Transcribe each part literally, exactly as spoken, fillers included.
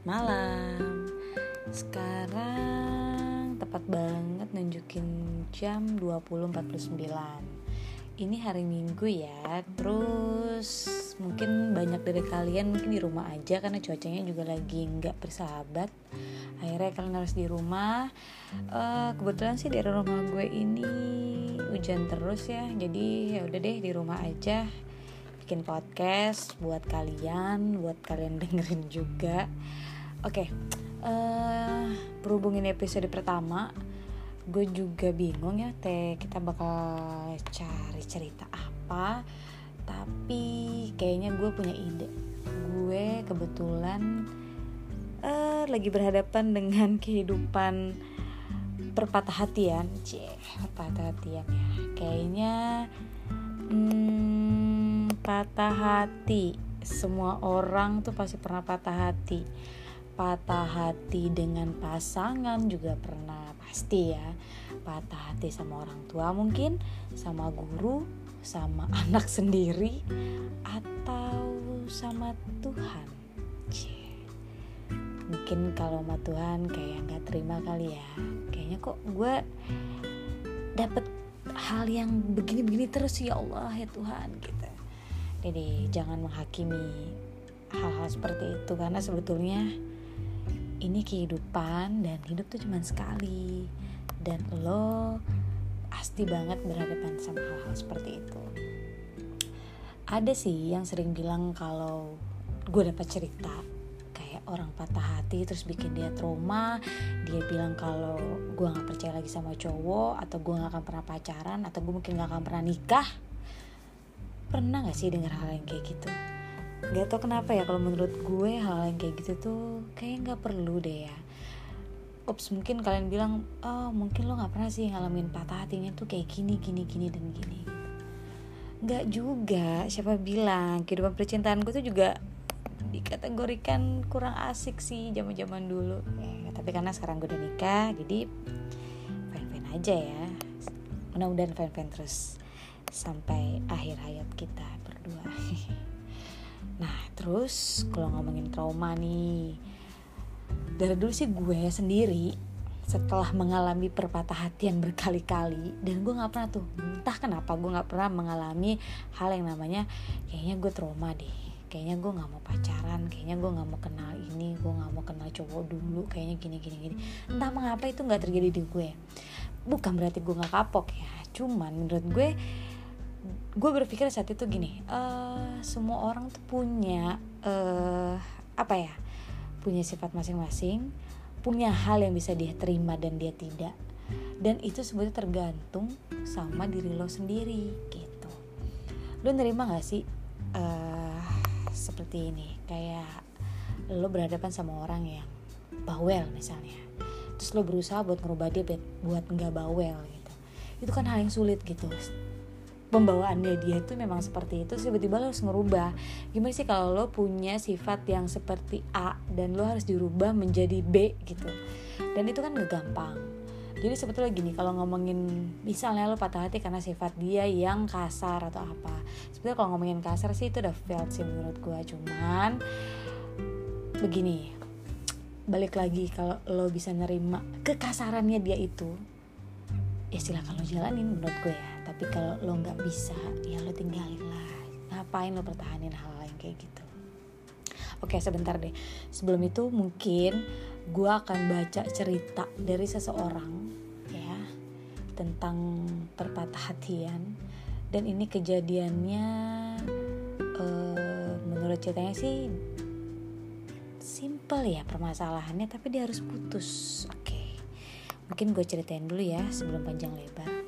malam. Sekarang tepat banget nunjukin jam dua puluh empat puluh sembilan. Ini hari Minggu ya. Terus mungkin banyak dari kalian mungkin di rumah aja karena cuacanya juga lagi gak bersahabat. Akhirnya kalian harus di rumah. uh, Kebetulan sih dari rumah gue ini hujan terus ya. Jadi ya udah deh di rumah aja bikin podcast buat kalian, buat kalian dengerin juga. Oke, okay. uh, berhubung ini episode pertama, gue juga bingung ya teh kita bakal cari cerita apa. Tapi kayaknya gue punya ide. Gue kebetulan uh, lagi berhadapan dengan kehidupan perpatah hatian, cie, perpatah hatian ya. Kayaknya hmm, patah hati. Semua orang tuh pasti pernah patah hati. Patah hati dengan pasangan juga pernah, pasti ya. Patah hati sama orang tua mungkin, sama guru, sama anak sendiri, atau sama Tuhan. Cie. Mungkin kalau sama Tuhan kayak gak terima kali ya. Kayaknya kok gue dapet hal yang begini-begini terus, ya Allah ya Tuhan gitu. Jadi jangan menghakimi hal-hal seperti itu, karena sebetulnya ini kehidupan dan hidup tuh cuma sekali. Dan lo pasti banget berhadapan sama hal-hal seperti itu. Ada sih yang sering bilang kalau gue dapat cerita kayak orang patah hati terus bikin dia trauma. Dia bilang kalau gue gak percaya lagi sama cowok, atau gue gak akan pernah pacaran, atau gue mungkin gak akan pernah nikah. Pernah gak sih dengar hal yang kayak gitu? Gak tau kenapa ya, kalau menurut gue hal yang kayak gitu tuh kayak gak perlu deh ya. Ups, mungkin kalian bilang, oh mungkin lo gak pernah sih ngalamin patah hatinya tuh kayak gini, gini, gini, dan gini. Gak juga, siapa bilang kehidupan percintaan gue tuh juga dikategorikan kurang asik sih zaman-zaman dulu ya. Tapi karena sekarang gue udah nikah, jadi fine-fine aja ya. Mudah-mudahan fine-fine terus sampai akhir hayat kita berdua. Nah terus kalau ngomongin trauma nih, dari dulu sih gue sendiri setelah mengalami perpatah hatian berkali-kali, dan gue gak pernah tuh, entah kenapa gue gak pernah mengalami hal yang namanya kayaknya gue trauma deh, kayaknya gue gak mau pacaran, kayaknya gue gak mau kenal ini, gue gak mau kenal cowok dulu, kayaknya gini-gini-gini. Entah mengapa itu gak terjadi di gue. Bukan berarti gue gak kapok ya, cuman menurut gue gue berpikir saat itu gini, uh, semua orang tuh punya uh, apa ya, punya sifat masing-masing, punya hal yang bisa dia terima dan dia tidak, dan itu sebetulnya tergantung sama diri lo sendiri gitu. Lo nerima nggak sih uh, seperti ini, kayak lo berhadapan sama orang yang bawel misalnya, terus lo berusaha buat ngerubah dia buat nggak bawel gitu. Itu kan hal yang sulit gitu. Pembawaannya dia itu memang seperti itu, tiba-tiba lo harus ngerubah. Gimana sih kalau lo punya sifat yang seperti A dan lo harus dirubah menjadi B gitu. Dan itu kan gak gampang. Jadi sebetulnya gini, kalau ngomongin misalnya lo patah hati karena sifat dia yang kasar atau apa, sebetulnya kalau ngomongin kasar sih itu udah failed sih menurut gue. Cuman begini, balik lagi, kalau lo bisa nerima kekasarannya dia itu, ya silakan lo jalanin menurut gue ya. Tapi kalau lo nggak bisa, ya lo tinggalin lah. Ngapain lo pertahanin hal yang kayak gitu? Oke, sebentar deh. Sebelum itu mungkin gue akan baca cerita dari seseorang ya, tentang perpatah hatian. Dan ini kejadiannya uh, menurut ceritanya sih simple ya permasalahannya, tapi dia harus putus. Oke, mungkin gue ceritain dulu ya sebelum panjang lebar.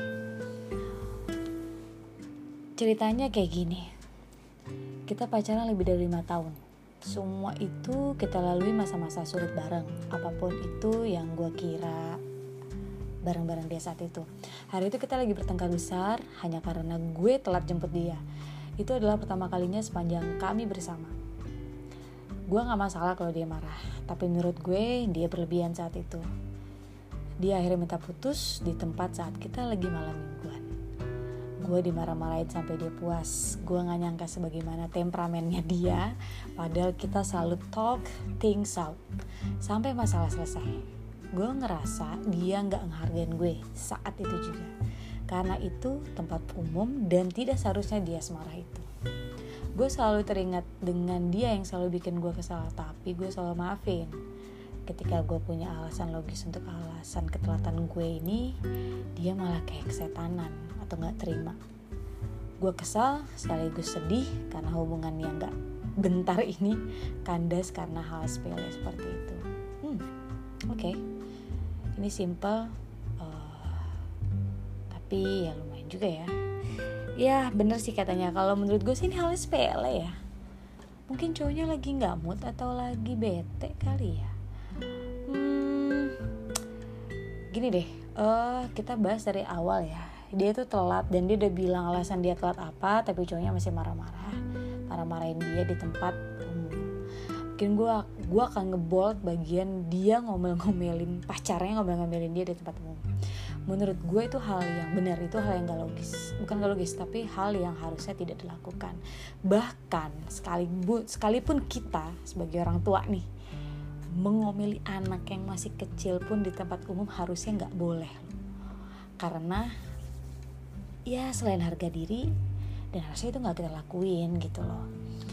Ceritanya kayak gini. Kita pacaran lebih dari lima tahun. Semua itu kita lalui masa-masa sulit bareng. Apapun itu yang gue kira bareng-bareng dia saat itu. Hari itu kita lagi bertengkar besar hanya karena gue telat jemput dia. Itu adalah pertama kalinya sepanjang kami bersama. Gue gak masalah kalau dia marah, tapi menurut gue dia berlebihan saat itu. Dia akhirnya minta putus di tempat saat kita lagi malam mingguan. gue dimarah-marahin sampai dia puas. Gue nggak nyangka sebagaimana temperamennya dia. Padahal kita selalu talk things out sampai masalah selesai. Gue ngerasa dia nggak ngehargain gue saat itu juga, karena itu tempat umum dan tidak seharusnya dia semarah itu. Gue selalu teringat dengan dia yang selalu bikin gue kesal, tapi gue selalu maafin. Ketika gue punya alasan logis untuk alasan ketelatan gue ini, dia malah kayak kesetanan atau gak terima. Gue kesal sekaligus sedih karena hubungan yang gak bentar ini kandas karena hal sepele seperti itu. Hmm, oke, okay. Ini simple, uh, tapi ya lumayan juga ya. Ya bener sih katanya, kalau menurut gue sih ini hal sepele ya. Mungkin cowoknya lagi gak mood atau lagi bete kali ya. Gini deh, uh, kita bahas dari awal ya. Dia tuh telat dan dia udah bilang alasan dia telat apa, tapi cowoknya masih marah-marah, marah-marahin dia di tempat umum. Mungkin gue gue akan ngebold bagian dia ngomel-ngomelin pacarnya, ngomel-ngomelin dia di tempat umum. Menurut gue itu hal yang benar, itu hal yang gak logis. Bukan gak logis, tapi hal yang harusnya tidak dilakukan. Bahkan sekalipun, sekalipun kita sebagai orang tua nih mengomeli anak yang masih kecil pun di tempat umum harusnya nggak boleh, karena ya selain harga diri dan harusnya itu nggak kita lakuin gitu loh.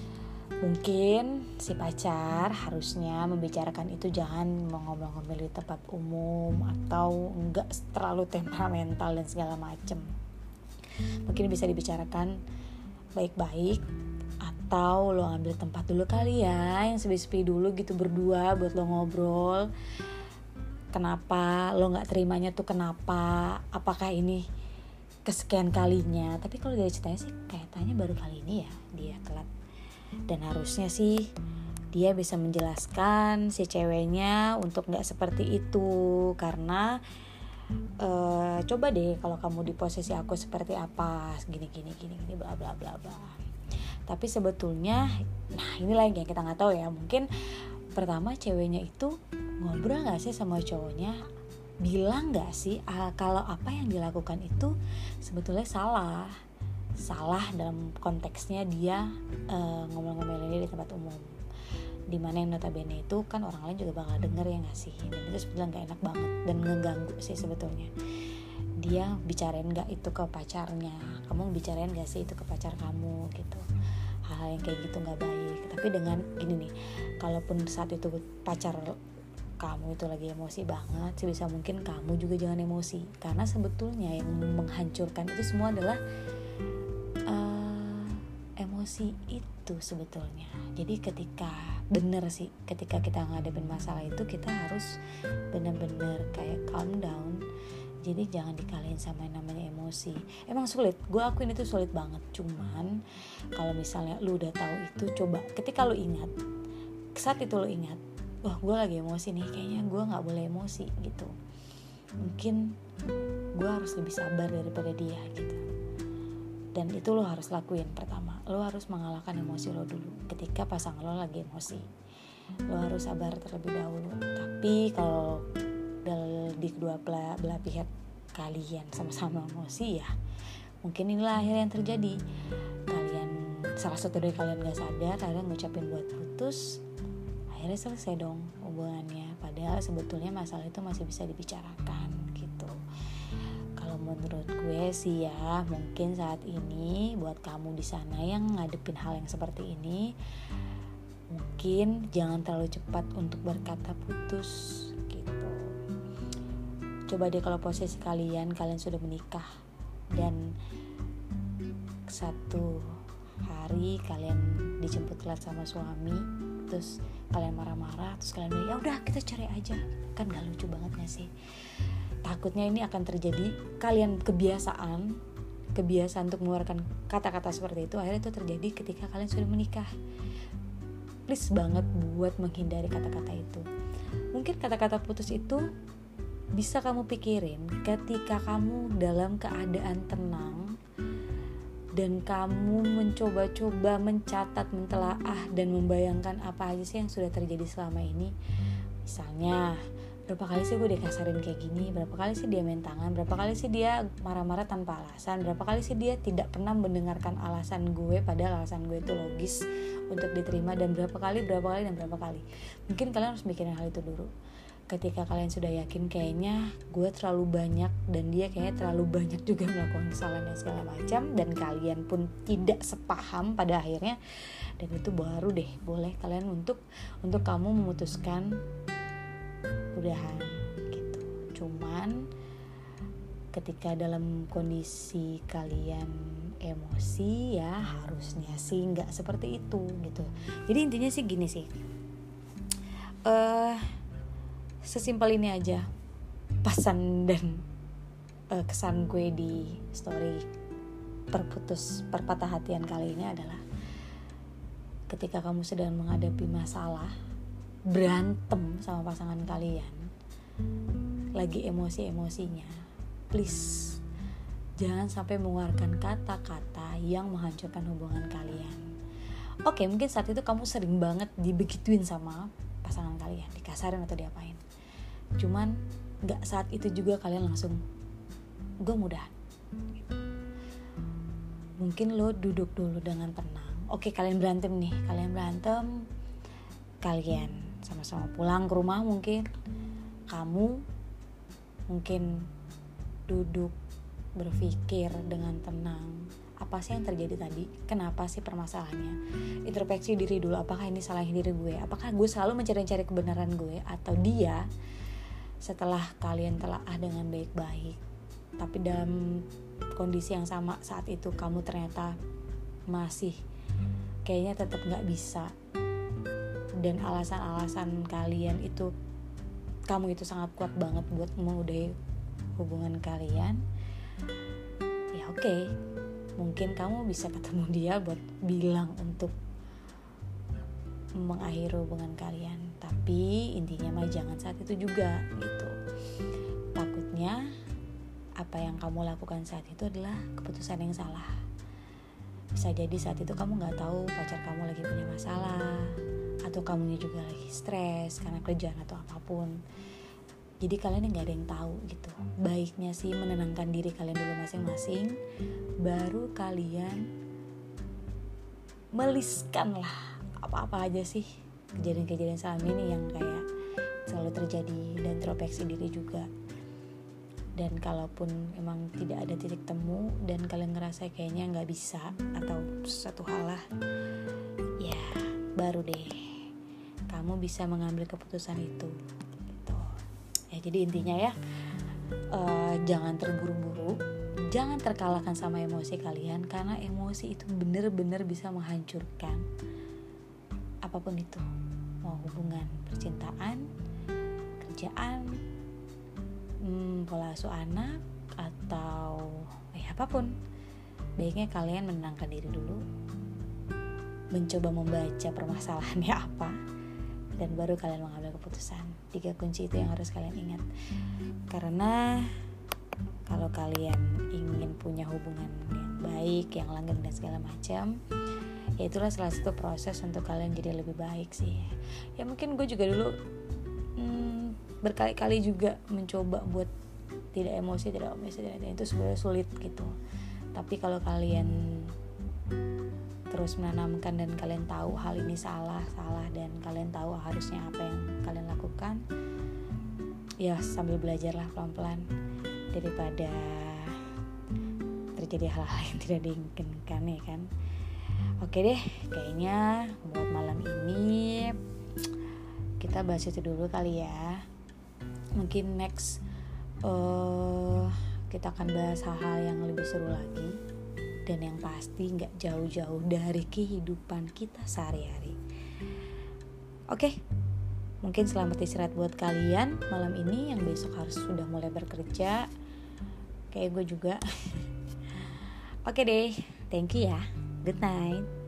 Mungkin si pacar harusnya membicarakan itu, jangan mengomel-ngomel di tempat umum atau nggak terlalu temperamental dan segala macem. Mungkin bisa dibicarakan baik-baik, atau lo ambil tempat dulu kali ya yang sepi-sepi dulu gitu berdua buat lo ngobrol. Kenapa lo gak terimanya tuh, kenapa, apakah ini kesekian kalinya. Tapi kalau dari ceritanya sih kayaknya baru kali ini ya dia telat. Dan harusnya sih dia bisa menjelaskan si ceweknya untuk gak seperti itu. Karena uh, coba deh kalau kamu di posisi aku seperti apa, gini gini gini gini bla bla bla bla. Tapi sebetulnya, nah inilah yang kita nggak tahu ya. Mungkin pertama ceweknya itu ngobrol nggak sih sama cowoknya, bilang nggak sih ah, kalau apa yang dilakukan itu sebetulnya salah, salah dalam konteksnya dia uh, ngomel-ngomelin dia di tempat umum. Dimana yang notabene itu kan orang lain juga bakal denger ya nggak sih. Dan itu sebetulnya nggak enak banget dan ngeganggu sih sebetulnya. Dia bicarain nggak itu ke pacarnya, kamu bicarain nggak sih itu ke pacar kamu gitu. Hal yang kayak gitu nggak baik. Tapi dengan gini nih, kalaupun saat itu pacar kamu itu lagi emosi banget, sebisa mungkin kamu juga jangan emosi, karena sebetulnya yang menghancurkan itu semua adalah uh, emosi itu sebetulnya. Jadi ketika bener sih, ketika kita ngadepin masalah itu kita harus bener-bener kayak calm down. Jadi jangan dikalahin sama yang namanya emosi. Emang sulit, gue akuin itu sulit banget. Cuman kalau misalnya lu udah tahu itu, coba ketika lu ingat, saat itu lu ingat, wah gue lagi emosi nih, kayaknya gue gak boleh emosi gitu. Mungkin gue harus lebih sabar daripada dia gitu. Dan itu lo harus lakuin pertama. Lo harus mengalahkan emosi lo dulu ketika pasangan lo lagi emosi. Lo harus sabar terlebih dahulu. Tapi kalau di kedua belah, belah pihak kalian sama-sama emosi, ya mungkin inilah akhirnya yang terjadi. Kalian, salah satu dari kalian gak sadar, kalian ngucapin buat putus, akhirnya selesai dong hubungannya. Padahal sebetulnya masalah itu masih bisa dibicarakan gitu. Kalau menurut gue sih ya, mungkin saat ini buat kamu di sana yang ngadepin hal yang seperti ini, mungkin jangan terlalu cepat untuk berkata putus gitu. Coba deh kalau posisi kalian, kalian sudah menikah dan satu hari kalian dijemput telat sama suami, terus kalian marah-marah, terus kalian bilang ya udah kita cerai aja, kan gak lucu banget gak sih? Takutnya ini akan terjadi, kalian kebiasaan kebiasaan untuk mengeluarkan kata-kata seperti itu, akhirnya itu terjadi ketika kalian sudah menikah. Please banget buat menghindari kata-kata itu. Mungkin kata-kata putus itu bisa kamu pikirin ketika kamu dalam keadaan tenang dan kamu mencoba-coba mencatat, mentelaah dan membayangkan apa aja sih yang sudah terjadi selama ini. Misalnya berapa kali sih gue dikasarin kayak gini, berapa kali sih dia main tangan, berapa kali sih dia marah-marah tanpa alasan, berapa kali sih dia tidak pernah mendengarkan alasan gue padahal alasan gue itu logis untuk diterima, dan berapa kali, berapa kali, dan berapa kali. Mungkin kalian harus mikirin hal itu dulu. Ketika kalian sudah yakin kayaknya gue terlalu banyak dan dia kayaknya terlalu banyak juga melakukan kesalahan dan segala macam, dan kalian pun tidak sepaham pada akhirnya, dan itu baru deh boleh kalian untuk untuk kamu memutuskan udahan gitu. Cuman ketika dalam kondisi kalian emosi ya harusnya sih nggak seperti itu gitu. Jadi intinya sih gini sih, uh, sesimpel ini aja pesan dan uh, kesan gue di story perputus perpatah hatian kali ini adalah, ketika kamu sedang menghadapi masalah, berantem sama pasangan kalian, lagi emosi-emosinya, please jangan sampai mengeluarkan kata-kata yang menghancurkan hubungan kalian. Oke, mungkin saat itu kamu sering banget dibegituin sama pasangan kalian, dikasarin atau diapain. Cuman gak saat itu juga kalian langsung gue mudah. Mungkin lo duduk dulu dengan tenang. Oke, kalian berantem nih, kalian berantem, kalian sama-sama pulang ke rumah, mungkin kamu mungkin duduk berpikir dengan tenang, apa sih yang terjadi tadi, kenapa sih permasalahannya, introspeksi diri dulu, apakah ini salahnya diri gue, apakah gue selalu mencari-cari kebenaran gue, atau dia. Setelah kalian telaah dengan baik-baik, tapi dalam kondisi yang sama saat itu kamu ternyata masih kayaknya tetap gak bisa, dan alasan-alasan kalian itu, kamu itu sangat kuat banget buat mengudahi hubungan kalian, ya oke, okay, mungkin kamu bisa ketemu dia buat bilang untuk mengakhiri hubungan kalian. Tapi intinya mah jangan saat itu juga gitu. Takutnya apa yang kamu lakukan saat itu adalah keputusan yang salah. Bisa jadi saat itu kamu gak tahu pacar kamu lagi punya masalah, atau kamunya juga lagi stres karena kerjaan atau apapun. Jadi kalian yang gak ada yang tahu gitu. Baiknya sih menenangkan diri kalian dulu masing-masing, baru kalian meliskan lah apa-apa aja sih kejadian-kejadian selama ini yang kayak selalu terjadi, dan introspeksi diri juga. Dan kalaupun emang tidak ada titik temu dan kalian ngerasa kayaknya gak bisa atau satu hal lah, ya baru deh kamu bisa mengambil keputusan itu gitu. Ya jadi intinya ya, uh, jangan terburu-buru, jangan terkalahkan sama emosi kalian, karena emosi itu benar-benar bisa menghancurkan apapun itu, mau hubungan percintaan, kerjaan, hmm, pola asuh anak, atau ya apapun. Baiknya kalian menenangkan diri dulu, mencoba membaca permasalahannya apa, dan baru kalian mengambil keputusan. Tiga kunci itu yang harus kalian ingat. Karena kalau kalian ingin punya hubungan yang baik, yang langgeng dan segala macam, ya itulah salah satu proses untuk kalian jadi lebih baik sih. Ya mungkin gue juga dulu hmm, berkali-kali juga mencoba buat tidak emosi, tidak emosi, tidak, tidak. Itu sebenarnya sulit gitu. Tapi kalau kalian terus menanamkan dan kalian tahu hal ini salah, salah dan kalian tahu harusnya apa yang kalian lakukan, ya sambil belajarlah pelan-pelan daripada terjadi hal-hal yang tidak diinginkan, ya kan. Oke deh, kayaknya buat malam ini kita bahas itu dulu kali ya. Mungkin next uh, kita akan bahas hal-hal yang lebih seru lagi, dan yang pasti gak jauh-jauh dari kehidupan kita sehari-hari. Oke, mungkin selamat istirahat buat kalian malam ini yang besok harus sudah mulai bekerja, kayak gue juga. Oke deh, thank you ya, good night.